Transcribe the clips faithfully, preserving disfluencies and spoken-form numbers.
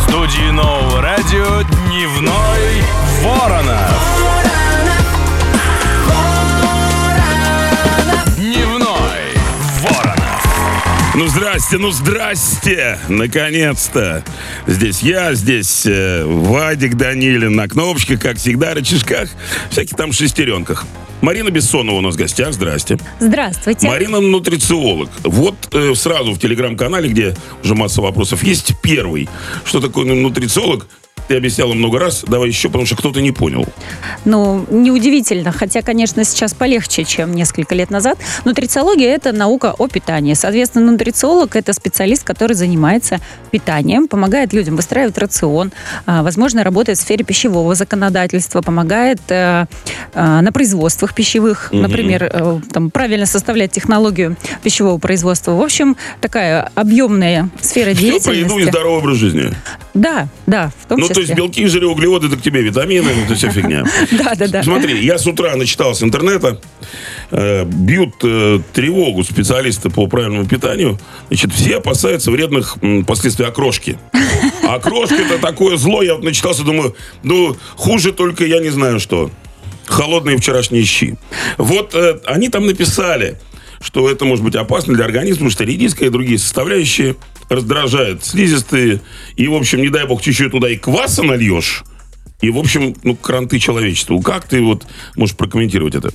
студии Нового радио Дневной Воронов. Дневной Воронов. Ну, здрасте, ну, здрасте! Наконец-то! Здесь я, здесь э, Вадик Данилин на кнопочках, как всегда, рычажках, всяких там шестеренках. Марина Бессонова у нас в гостях. Здрасте. Здравствуйте. Марина нутрициолог. Вот э, сразу в телеграм-канале, где уже масса вопросов, есть первый. Что такое нутрициолог? Ты объясняла много раз, давай еще, потому что кто-то не понял. Ну, неудивительно, хотя, конечно, сейчас полегче, чем несколько лет назад. Нутрициология – это наука о питании. Соответственно, нутрициолог – это специалист, который занимается питанием, помогает людям выстраивать рацион, возможно, работает в сфере пищевого законодательства, помогает э, э, на производствах пищевых, mm-hmm. например, э, там, правильно составлять технологию пищевого производства. В общем, такая объемная сфера Все деятельности. Про еду и здоровый образ жизни. Да, да, в том ну, числе. То есть белки, жиры, углеводы, это к тебе витамины, это вся фигня. Да, да, да. Смотри, я с утра начитал с интернета, э, бьют э, тревогу специалисты по правильному питанию. Значит, все опасаются вредных м, последствий окрошки. А окрошка это такое зло, я вот начитался, думаю, ну, хуже только я не знаю что. Холодные вчерашние щи. Вот э, они там написали, что это может быть опасно для организма, потому что редиска и другие составляющие раздражают слизистые. И, в общем, не дай бог, ты еще туда и кваса нальешь. И, в общем, ну, кранты человечеству. Как ты вот можешь прокомментировать это?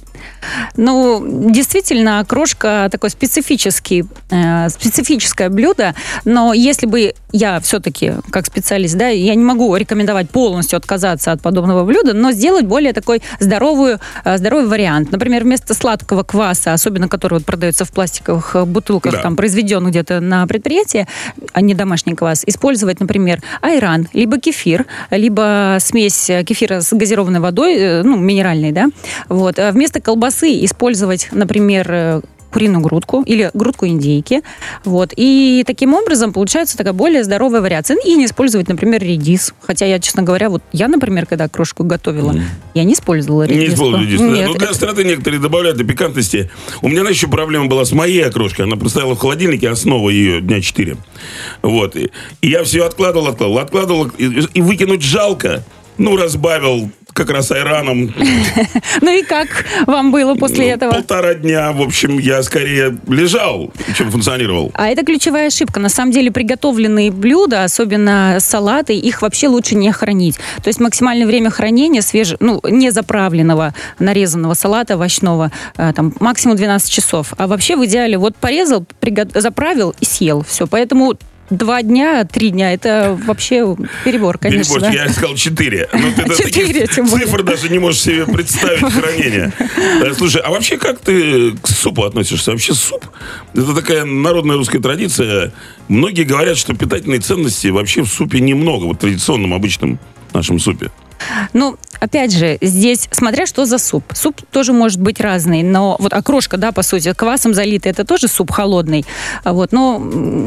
Ну, действительно, окрошка такое специфический, э, специфическое блюдо, но если бы я все-таки, как специалист, да, я не могу рекомендовать полностью отказаться от подобного блюда, но сделать более такой здоровую, э, здоровый вариант. Например, вместо сладкого кваса, особенно который вот продается в пластиковых бутылках, да. там, произведен где-то на предприятии, а не домашний квас, использовать, например, айран, либо кефир, либо смесь кефира с газированной водой, ну, минеральной, да, вот. А вместо колбасы использовать, например, куриную грудку или грудку индейки, вот. И таким образом получается такая более здоровая вариация. И не использовать, например, редис. Хотя я, честно говоря, вот я, например, когда крошку готовила, mm. я не использовала редис. Не использовала редис. Нет, ну, для это... остроты некоторые добавляют, для пикантности. У меня еще проблема была с моей окрошкой. Она простояла в холодильнике, основа ее дня четыре. Вот. И, и я все откладывал, откладывал, откладывал. И, и выкинуть жалко. Ну, разбавил как раз айраном. Ну и как вам было после этого? Полтора дня, в общем, я скорее лежал, чем функционировал. А это ключевая ошибка. На самом деле приготовленные блюда, особенно салаты, их вообще лучше не хранить. То есть максимальное время хранения свеже, ну, не заправленного, нарезанного салата овощного, там, максимум двенадцать часов. А вообще в идеале вот порезал, пригот... заправил и съел. Все. Поэтому Два дня, три дня, это вообще перебор, конечно. Перебор, да? я сказал четыре. Но ты четыре, таких цифр даже не можешь себе представить хранение. Слушай, а вообще как ты к супу относишься? Вообще суп, это такая народная русская традиция. Многие говорят, что питательной ценности вообще в супе немного, вот в традиционном, обычном нашем супе. Ну, опять же, здесь, смотря что за суп. Суп тоже может быть разный, но вот окрошка, да, по сути, квасом залитый, это тоже суп холодный. Вот, но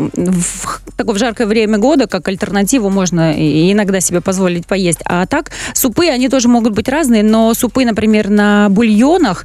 в такое в жаркое время года, как альтернативу, можно иногда себе позволить поесть. А так, супы, они тоже могут быть разные, но супы, например, на бульонах,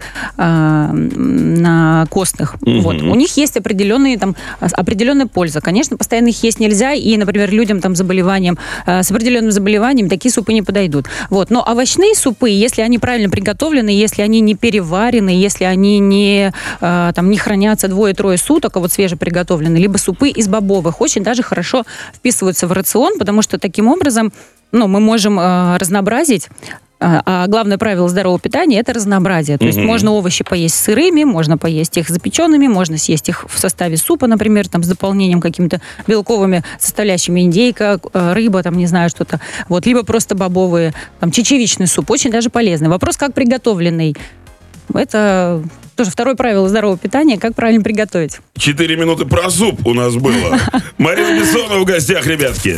на костных, mm-hmm. вот, у них есть определенные, там, определенная польза. Конечно, постоянно их есть нельзя, и, например, людям там, заболеванием, с определенным заболеванием такие супы не подойдут. Вот. Но овощные супы, если они правильно приготовлены, если они не переварены, если они не, э, там, не хранятся двое-трое суток, а вот свежеприготовлены, либо супы из бобовых, очень даже хорошо вписываются в рацион, потому что таким образом ну, мы можем э, разнообразить. А главное правило здорового питания – это разнообразие. То есть mm-hmm. можно овощи поесть сырыми, можно поесть их запеченными, можно съесть их в составе супа, например, там, с дополнением какими-то белковыми составляющими, индейка, рыба, там, не знаю, что-то. Вот. Либо просто бобовые, там, чечевичный суп, очень даже полезный. Вопрос, как приготовленный. Это тоже второе правило здорового питания – как правильно приготовить. Четыре минуты про суп у нас было. Марина Бессонова в гостях, ребятки.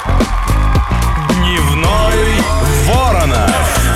Дневной Воронов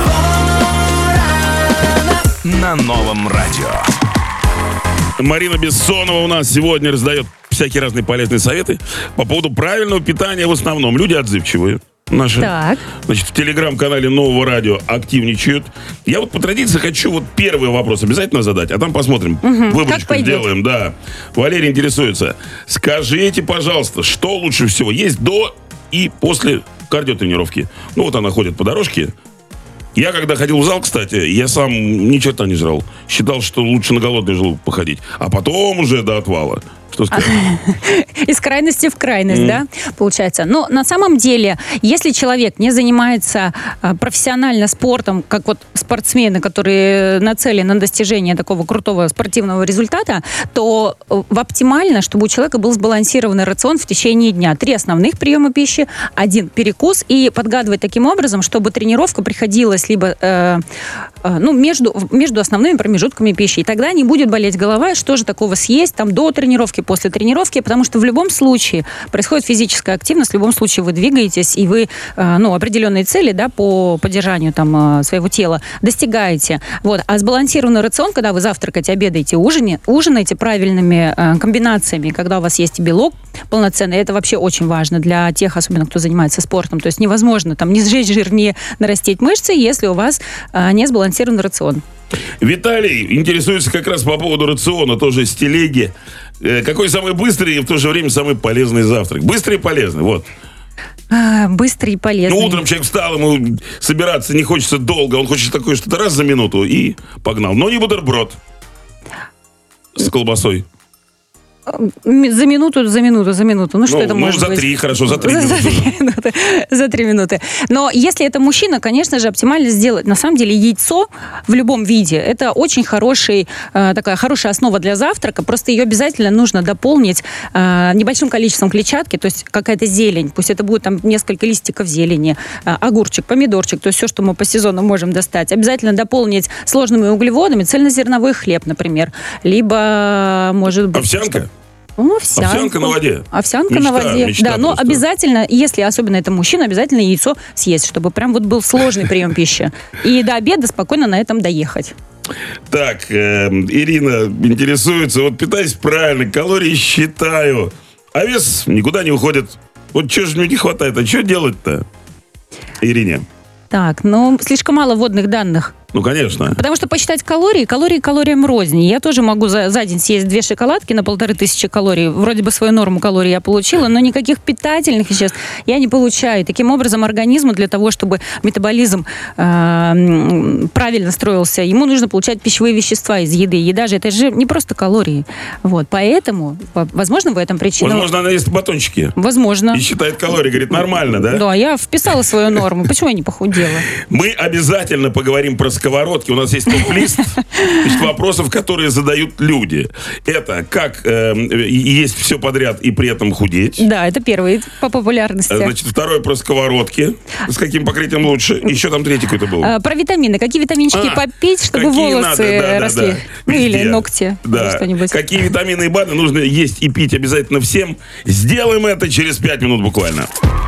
на Новом радио. Марина Бессонова у нас сегодня раздает всякие разные полезные советы по поводу правильного питания в основном. Люди отзывчивые. Наши, так. Значит, в телеграм-канале Нового радио активничают. Я вот по традиции хочу вот первый вопрос обязательно задать, а там посмотрим. Угу. Выборочку сделаем, да. Валерий интересуется. Скажите, пожалуйста, что лучше всего есть до и после кардиотренировки. Ну, вот она ходит по дорожке. Я, когда ходил в зал, кстати, я сам ни черта не жрал. Считал, что лучше на голодный желудок походить. А потом уже до отвала. Что сказать? Из крайности в крайность, mm. да, получается. Но на самом деле, если человек не занимается а, профессионально спортом, как вот спортсмены, которые нацелены на достижение такого крутого спортивного результата, то в оптимально, чтобы у человека был сбалансированный рацион в течение дня. Три основных приема пищи, один перекус, и подгадывать таким образом, чтобы тренировка приходилась либо э, э, ну, между, между основными промежутками пищи. И тогда не будет болеть голова, что же такого съесть там до тренировки, после тренировки, потому что в любом случае происходит физическая активность, в любом случае вы двигаетесь, и вы ну, определенные цели, да, по поддержанию там, своего тела достигаете. Вот. А сбалансированный рацион, когда вы завтракаете, обедаете, ужине, ужинаете правильными э, комбинациями, когда у вас есть и белок полноценный, это вообще очень важно для тех, особенно кто занимается спортом. То есть невозможно там не сжечь жир, не нарастить мышцы, если у вас э, не сбалансированный рацион. Виталий интересуется как раз по поводу рациона, тоже с телеги. Какой самый быстрый и в то же время самый полезный завтрак? Быстрый и полезный, вот. А, быстрый и полезный. Ну, утром человек встал, ему собираться не хочется долго, он хочет такое что-то раз за минуту и погнал. Но не бутерброд с колбасой. За минуту, за минуту, за минуту. Ну, что ну, это ну, может за быть? три, хорошо, за три за, минуты. За три минуты. За три минуты. Но если это мужчина, конечно же, оптимально сделать. На самом деле, яйцо в любом виде, это очень хороший, э, такая хорошая основа для завтрака. Просто ее обязательно нужно дополнить э, небольшим количеством клетчатки, то есть какая-то зелень. Пусть это будет там несколько листиков зелени, э, огурчик, помидорчик, то есть все, что мы по сезону можем достать. Обязательно дополнить сложными углеводами, цельнозерновой хлеб, например. Либо, может быть... Овсянка? Ну, овсянка. Овсянка на воде. Овсянка мечта, на воде. Мечта да, но просто. обязательно, если особенно это мужчина, обязательно яйцо съесть, чтобы прям вот был сложный прием пищи. И до обеда спокойно на этом доехать. Так, э, Ирина интересуется. Вот питаюсь правильно, калории считаю, а вес никуда не уходит. Вот чего же мне не хватает? А что делать-то, Ирине? Так, ну, слишком мало вводных данных. Ну, конечно. Потому что посчитать калории, калории калориям рознь. Я тоже могу за, за день съесть две шоколадки на полторы тысячи калорий. Вроде бы свою норму калорий я получила, но никаких питательных веществ я не получаю. Таким образом, организму для того, чтобы метаболизм э, правильно строился, ему нужно получать пищевые вещества из еды. Еда же, это же не просто калории. Вот, поэтому, возможно, в этом причина... Возможно, она ест батончики. Возможно. И считает калории, говорит, нормально, да? Да, я вписала свою норму. Почему я не похудела? Мы обязательно поговорим про сковородки. У нас есть топ-лист вопросов, которые задают люди. Это как э, есть все подряд и при этом худеть. Да, это первый по популярности. Значит, второй про сковородки. С каким покрытием лучше? Еще там третий какой-то был. А, про витамины. Какие витаминчики а, попить, чтобы волосы надо, да, росли? Да, да. Ну, или ногти. Да. Или что-нибудь. Какие витамины и БАДы нужно есть и пить обязательно всем. Сделаем это через пять минут буквально.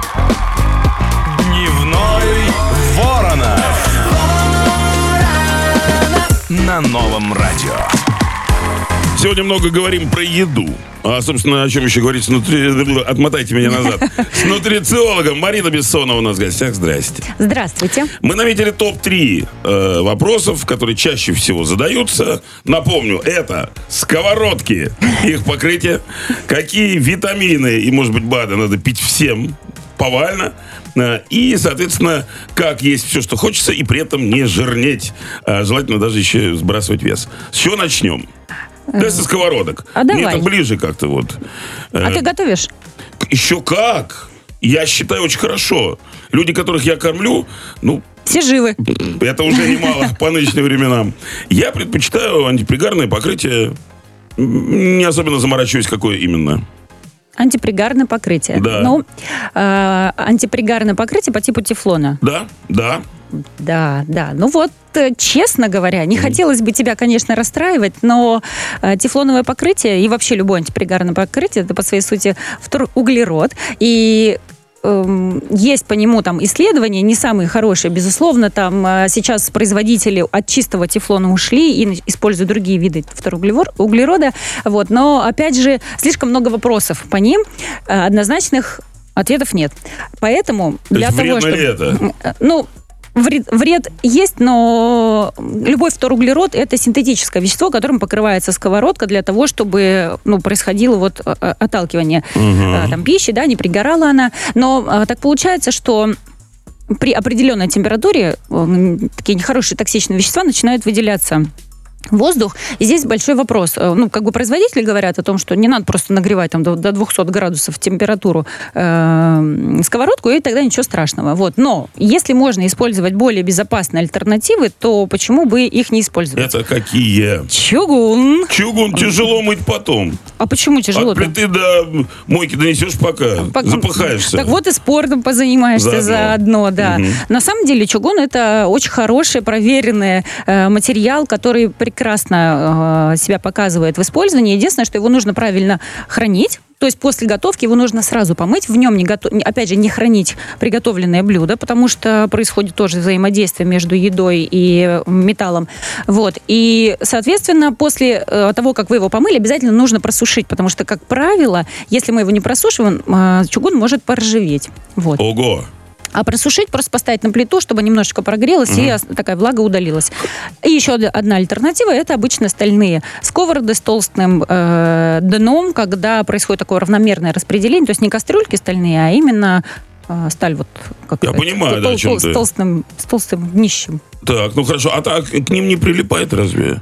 Дневной Ворона. На новом радио. Сегодня много говорим про еду. А, собственно, о чем еще говорить? С нутри... Отмотайте меня назад. С нутрициологом Марина Бессонова у нас в гостях. Здрасте. Здравствуйте. Мы наметили топ три э, вопросов, которые чаще всего задаются. Напомню, это сковородки, их покрытие. Какие витамины и, может быть, БАДы надо пить всем повально. И, соответственно, как есть все, что хочется, и при этом не жирнеть. А желательно даже еще сбрасывать вес. С чего начнем? Да, со сковородок. А давай. Мне это ближе как-то вот. А ты готовишь? Еще как? Я считаю, очень хорошо. Люди, которых я кормлю, ну... Все живы. Это уже немало по нынешним временам. Я предпочитаю антипригарное покрытие. Не особенно заморачиваюсь, какое именно. Антипригарное покрытие. Да. Ну, э, антипригарное покрытие по типу тефлона. Да, да. Да, да. Ну вот, честно говоря, не mm. хотелось бы тебя, конечно, расстраивать, но э, тефлоновое покрытие и вообще любое антипригарное покрытие, это по своей сути второуглерод. И есть по нему там исследования, не самые хорошие, безусловно, там сейчас производители от чистого тефлона ушли и используют другие виды второуглерода, вот, но, опять же, слишком много вопросов по ним, однозначных ответов нет. Поэтому То для есть того, вредно чтобы... ли это? Ну, Вред, вред есть, но любой фторуглерод – это синтетическое вещество, которым покрывается сковородка для того, чтобы ну, происходило вот отталкивание угу. там, пищи, да, не пригорала она. Но так получается, что при определенной температуре такие нехорошие токсичные вещества начинают выделяться воздух. И здесь большой вопрос. Ну, как бы производители говорят о том, что не надо просто нагревать там, до, до двухсот градусов температуру э, сковородку, и тогда ничего страшного. Вот. Но если можно использовать более безопасные альтернативы, то почему бы их не использовать? Это какие? Чугун. Чугун тяжело мыть потом. А почему тяжело? От плиты до мойки донесешь, пока Пок... запыхаешься. Так вот и спортом позанимаешься заодно, заодно да. Угу. На самом деле чугун – это очень хороший, проверенный э, материал, который прекрасно э, себя показывает в использовании. Единственное, что его нужно правильно хранить. То есть после готовки его нужно сразу помыть. В нем, не готов... опять же, не хранить приготовленное блюдо, потому что происходит тоже взаимодействие между едой и металлом. Вот. И, соответственно, после того, как вы его помыли, обязательно нужно просушить, потому что, как правило, если мы его не просушиваем, чугун может поржаветь. Вот. Ого! А просушить, просто поставить на плиту, чтобы немножечко прогрелось, mm-hmm. и такая влага удалилась. И еще одна альтернатива – это обычно стальные сковороды с толстым э, дном, когда происходит такое равномерное распределение, то есть не кастрюльки стальные, а именно э, сталь вот как Я это, понимаю, тол- да, о чем тол- ты. С толстым, с толстым днищем. Так, ну хорошо. А так к ним не прилипает разве?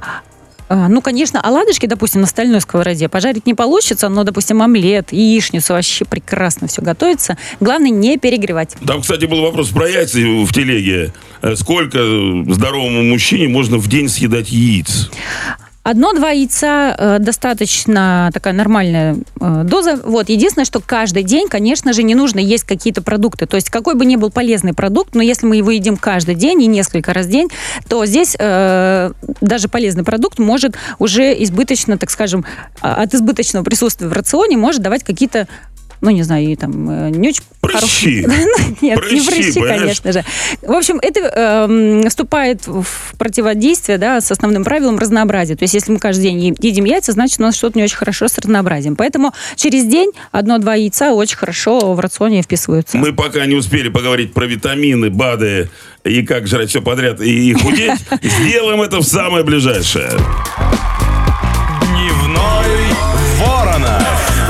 Ну, конечно, оладушки, допустим, на стальной сковороде пожарить не получится, но, допустим, омлет, яичницу вообще прекрасно все готовится. Главное, не перегревать. Там, кстати, был вопрос про яйца в телеге. Сколько здоровому мужчине можно в день съедать яиц? Одно-два яйца э, достаточно такая нормальная э, доза. Вот. Единственное, что каждый день, конечно же, не нужно есть какие-то продукты. То есть какой бы ни был полезный продукт, но если мы его едим каждый день и несколько раз в день, то здесь э, даже полезный продукт может уже избыточно, так скажем, от избыточного присутствия в рационе может давать какие-то, ну, не знаю, и там не очень прыщи. Нет, прыщи, не прыщи, понимаешь? Конечно же. В общем, это э, вступает в противодействие, да, с основным правилом разнообразия. То есть, если мы каждый день едим яйца, значит, у нас что-то не очень хорошо с разнообразием. Поэтому через день одно-два яйца очень хорошо в рационе вписываются. Мы пока не успели поговорить про витамины, БАДы и как жрать все подряд и худеть. Сделаем это в самое ближайшее. Дневной Ворона.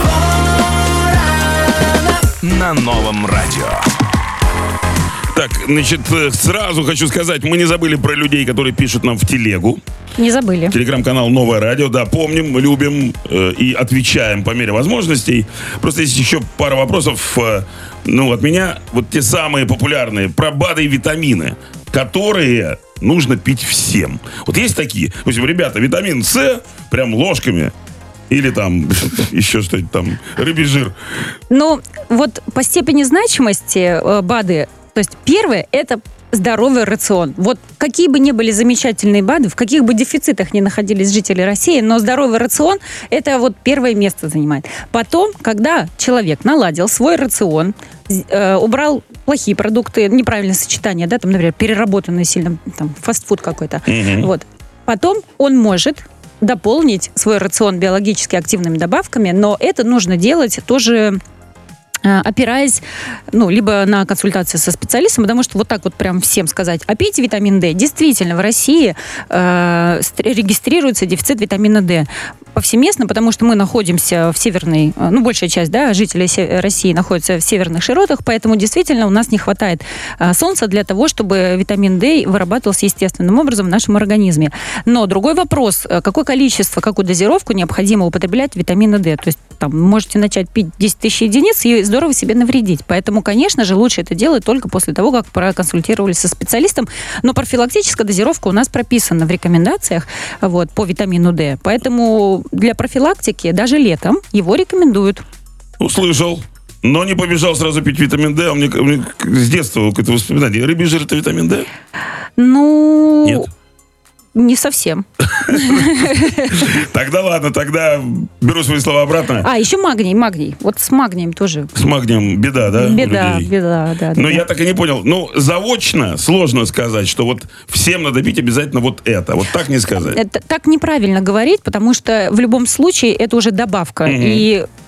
На новом радио. Так, значит, сразу хочу сказать, мы не забыли про людей, которые пишут нам в телегу. Не забыли. Телеграм-канал «Новое радио». Да, помним, любим э, и отвечаем по мере возможностей. Просто есть еще пара вопросов, э, ну, от меня. Вот те самые популярные про БАДы и витамины, которые нужно пить всем. Вот есть такие. В общем, ребята, витамин С прям ложками. Или там еще что-нибудь там, рыбий жир. Ну, вот по степени значимости э, БАДы, то есть первое, это здоровый рацион. Вот какие бы ни были замечательные БАДы, в каких бы дефицитах ни находились жители России, но здоровый рацион, это вот первое место занимает. Потом, когда человек наладил свой рацион, э, убрал плохие продукты, неправильное сочетание, да, там, например, переработанный сильно, там, фастфуд какой-то, mm-hmm. вот. Потом он может дополнить свой рацион биологически активными добавками, но это нужно делать тоже опираясь, ну, либо на консультации со специалистом, потому что вот так вот прям всем сказать, а пейте витамин D. Действительно, в России э, регистрируется дефицит витамина D повсеместно, потому что мы находимся в северной, ну, большая часть, да, жителей России находится в северных широтах, поэтому действительно у нас не хватает э, солнца для того, чтобы витамин D вырабатывался естественным образом в нашем организме. Но другой вопрос, какое количество, какую дозировку необходимо употреблять витамина D? То есть там можете начать пить десять тысяч единиц и здорово себе навредить. Поэтому, конечно же, лучше это делать только после того, как проконсультировались со специалистом. Но профилактическая дозировка у нас прописана в рекомендациях вот, по витамину D. Поэтому для профилактики даже летом его рекомендуют. Услышал. Но не побежал сразу пить витамин D. А мне, мне с детства какое-то воспоминание. Рыбий жир – это витамин D? Ну... Нет. Не совсем. Тогда ладно, тогда беру свои слова обратно. А, еще магний, магний. Вот с магнием тоже. С магнием беда, да? Беда, беда, да. Но да. я так и не понял. Ну, заочно сложно сказать, что вот всем надо пить обязательно вот это. Вот так не сказать. Это так неправильно говорить, потому что в любом случае это уже добавка. Угу. И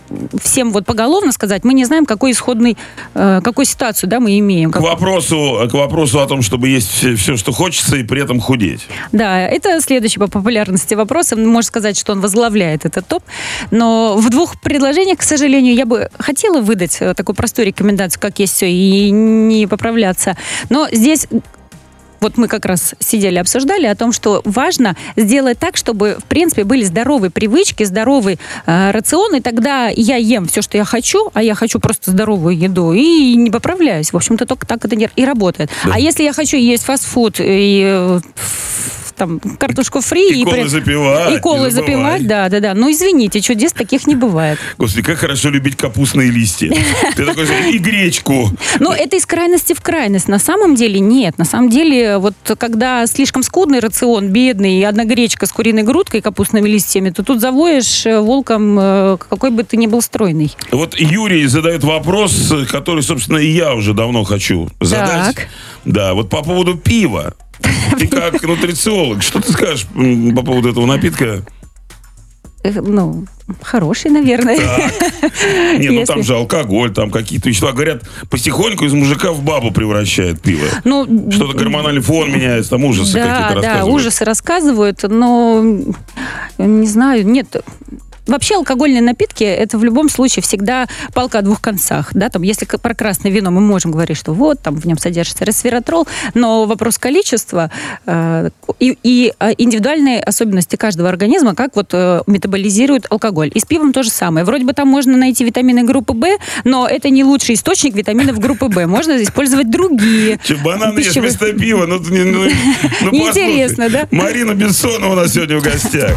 всем вот поголовно сказать, мы не знаем, какой исходный, э, какую ситуацию, да, мы имеем. К вопросу, к вопросу о том, чтобы есть все, все, что хочется, и при этом худеть. Да, это следующий по популярности вопрос. Можно сказать, что он возглавляет этот топ. Но в двух предложениях, к сожалению, я бы хотела выдать такую простую рекомендацию, как есть все, и не поправляться. Но здесь... Вот мы как раз сидели, обсуждали о том, что важно сделать так, чтобы, в принципе, были здоровые привычки, здоровый э, рацион, и тогда я ем все, что я хочу, а я хочу просто здоровую еду, и не поправляюсь. В общем-то, только так это не, и работает. Да. А если я хочу есть фастфуд и... Э, там, картошку фри. И, и колы при... запивать. И колы запивать, да, да, да. Ну, извините, чудес таких не бывает. Господи, как хорошо любить капустные листья. Ты такой, и гречку. Ну, это из крайности в крайность. На самом деле нет. На самом деле, вот когда слишком скудный рацион, бедный, и одна гречка с куриной грудкой и капустными листьями, то тут завоешь волком, какой бы ты ни был стройный. Вот Юрий задает вопрос, который, собственно, и я уже давно хочу задать. Так. Да, вот по поводу пива. Ты как нутрициолог, что ты скажешь по поводу этого напитка? Ну, хороший, наверное. Так. Не, ну Если... там же алкоголь, там какие-то вещества. Говорят, потихоньку из мужика в бабу превращает пиво. Ну, что-то гормональный фон меняется, там ужасы да, какие-то рассказывают. Да, ужасы рассказывают, но не знаю, нет... Вообще алкогольные напитки, это в любом случае всегда палка о двух концах. Да? Там, если про красное вино мы можем говорить, что вот, там в нем содержится ресвератрол, но вопрос количества э, и, и индивидуальные особенности каждого организма, как вот э, метаболизирует алкоголь. И с пивом то же самое. Вроде бы там можно найти витамины группы В, но это не лучший источник витаминов группы В. Можно использовать другие. Че, бананы есть вместо пива? Ну, ну, ну, ну, Интересно, да? Марина Бессонова у нас сегодня в гостях.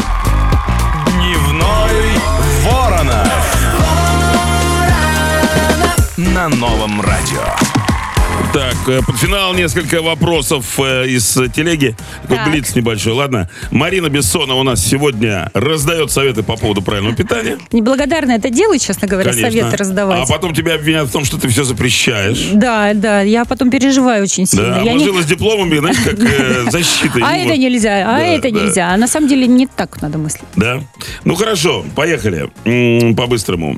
Ворона на новом радио. Так, под финал несколько вопросов из телеги. Вот блиц небольшой, ладно. Марина Бессонова у нас сегодня раздает советы по поводу правильного питания. Неблагодарно это делать, честно говоря, Конечно. Советы раздавать. А потом тебя обвинят в том, что ты все запрещаешь. Да, да, я потом переживаю очень сильно. Да, я обложилась не... дипломами, знаешь, как э, защита. А это нельзя, а это нельзя. А на самом деле не так надо мыслить. Да? Ну хорошо, поехали. По-быстрому.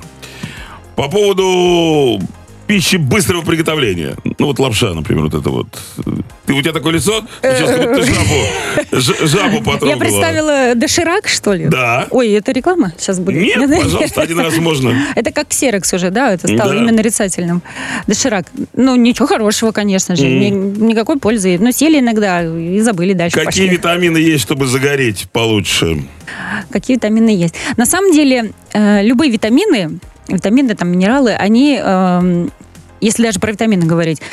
По поводу... пищи быстрого приготовления. Ну, вот лапша, например, вот это вот. Ты, у тебя такое лицо? Сейчас как будто ты жабу, жабу потрогала. Я представила доширак, что ли? Да. Ой, это реклама сейчас будет? Нет, пожалуйста, один раз можно. Это как ксерокс уже, да? Это стало да. именно нарицательным. Доширак. Ну, ничего хорошего, конечно же. Mm. Никакой пользы. Но съели иногда и забыли дальше. Какие пошли. витамины есть, чтобы загореть получше? Какие витамины есть? На самом деле, э, любые витамины, витамины, там, минералы, они, э, если даже про витамины говорить,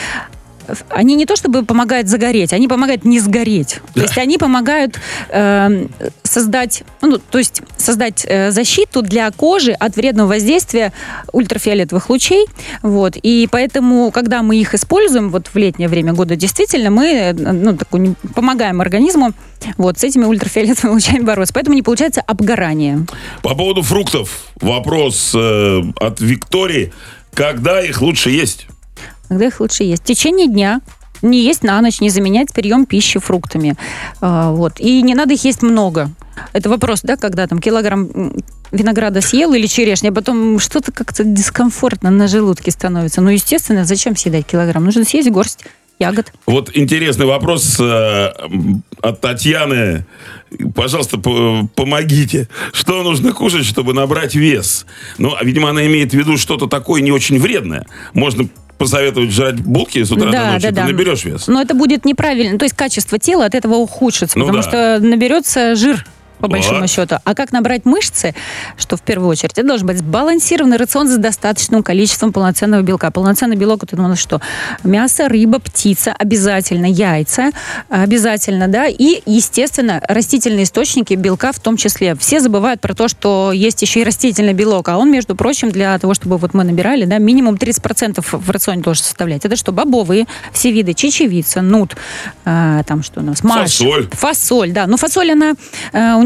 они не то чтобы помогают загореть, они помогают не сгореть. Да. То есть они помогают э, создать, ну, то есть создать э, защиту для кожи от вредного воздействия ультрафиолетовых лучей. Вот. И поэтому, когда мы их используем вот в летнее время года, действительно мы ну, такой, помогаем организму вот, с этими ультрафиолетовыми лучами бороться. Поэтому не получается обгорание. По поводу фруктов вопрос э, от Виктории. Когда их лучше есть? Когда их лучше есть? В течение дня. Не есть на ночь, не заменять прием пищи фруктами. А, вот. И не надо их есть много. Это вопрос, да, когда там килограмм винограда съел или черешни, а потом что-то как-то дискомфортно на желудке становится. Ну, естественно, зачем съедать килограмм? Нужно съесть горсть ягод. Вот интересный вопрос э, от Татьяны. Пожалуйста, помогите. Что нужно кушать, чтобы набрать вес? Ну, видимо, она имеет в виду что-то такое не очень вредное. Можно посоветовать жрать булки с утра да, до ночи, да, ты да. наберешь вес. Но это будет неправильно. То есть качество тела от этого ухудшится, ну, потому да. что наберется жир, по большому вот. счету. А как набрать мышцы, что в первую очередь, это должен быть сбалансированный рацион с достаточным количеством полноценного белка. Полноценный белок, это у нас что? Мясо, рыба, птица, обязательно яйца, обязательно, да, и, естественно, растительные источники белка в том числе. Все забывают про то, что есть еще и растительный белок, а он, между прочим, для того, чтобы вот мы набирали, да, минимум тридцать процентов в рационе должен составлять. Это что? Бобовые, все виды, чечевица, нут, э, там что у нас? Маш, фасоль. Фасоль, да. Но фасоль, она... Э, у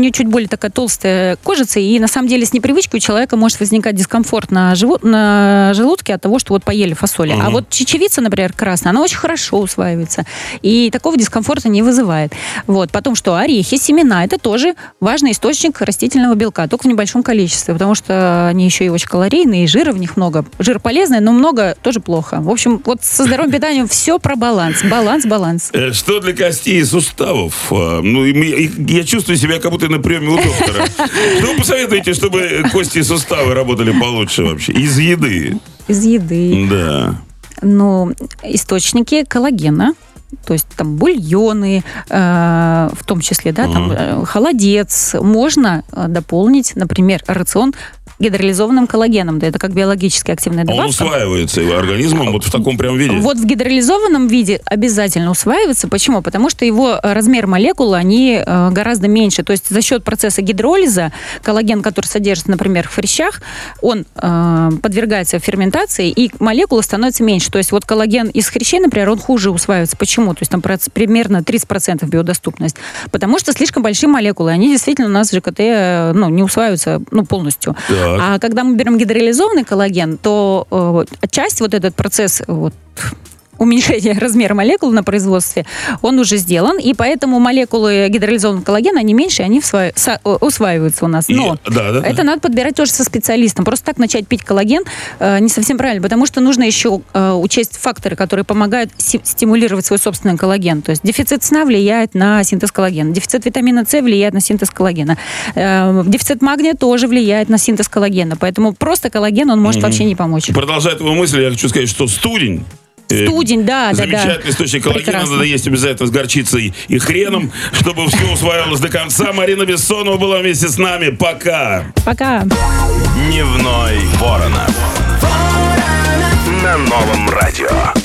нее чуть более такая толстая кожица, и на самом деле с непривычки у человека может возникать дискомфорт на, живу, на желудке от того, что вот поели фасоли. Uh-huh. А вот чечевица, например, красная, она очень хорошо усваивается, и такого дискомфорта не вызывает. Вот. Потом что? Орехи, семена, это тоже важный источник растительного белка, только в небольшом количестве, потому что они еще и очень калорийные, и жира в них много. Жир полезный, но много тоже плохо. В общем, вот со здоровым питанием все про баланс. Баланс, баланс. Что для костей и суставов? Ну, я чувствую себя, как будто на приеме у доктора. Что вы посоветуете, чтобы кости и суставы работали получше вообще? Из еды. Из еды. Да. Ну, источники коллагена. То есть там бульоны, э, в том числе, да, там э, холодец. Можно э, дополнить, например, рацион гидролизованным коллагеном. Да, это как биологически активная добавка. Он усваивается его организмом вот в таком прям виде? Вот в гидролизованном виде обязательно усваивается. Почему? Потому что его размер молекулы, они э, гораздо меньше. То есть за счет процесса гидролиза коллаген, который содержится, например, в хрящах, он э, подвергается ферментации, и молекула становится меньше. То есть вот коллаген из хрящей, например, он хуже усваивается. Почему? То есть там примерно тридцать процентов биодоступность. Потому что слишком большие молекулы. Они действительно у нас в ЖКТ ну, не усваиваются ну, полностью. Так. А когда мы берем гидролизованный коллаген, то э, часть, вот этот процесс вот, уменьшения размера молекул на производстве, он уже сделан, и поэтому молекулы гидролизованного коллагена, они меньше, они всва... со... усваиваются у нас. Но и... да, да, это да. надо подбирать тоже со специалистом. Просто так начать пить коллаген э, не совсем правильно, потому что нужно еще э, учесть факторы, которые помогают си- стимулировать свой собственный коллаген. То есть дефицит сна влияет на синтез коллагена, дефицит витамина С влияет на синтез коллагена, э, дефицит магния тоже влияет на синтез коллагена, поэтому просто коллаген, он может mm-hmm. вообще не помочь. Продолжая твою мысль, я хочу сказать, что студень, Студень, да, да, да. замечательный источник коллагена, Прекрасно. надо есть обязательно с горчицей и хреном, чтобы все усваивалось до конца. Марина Бессонова была вместе с нами. Пока. Пока. Дневной Ворона. На новом радио.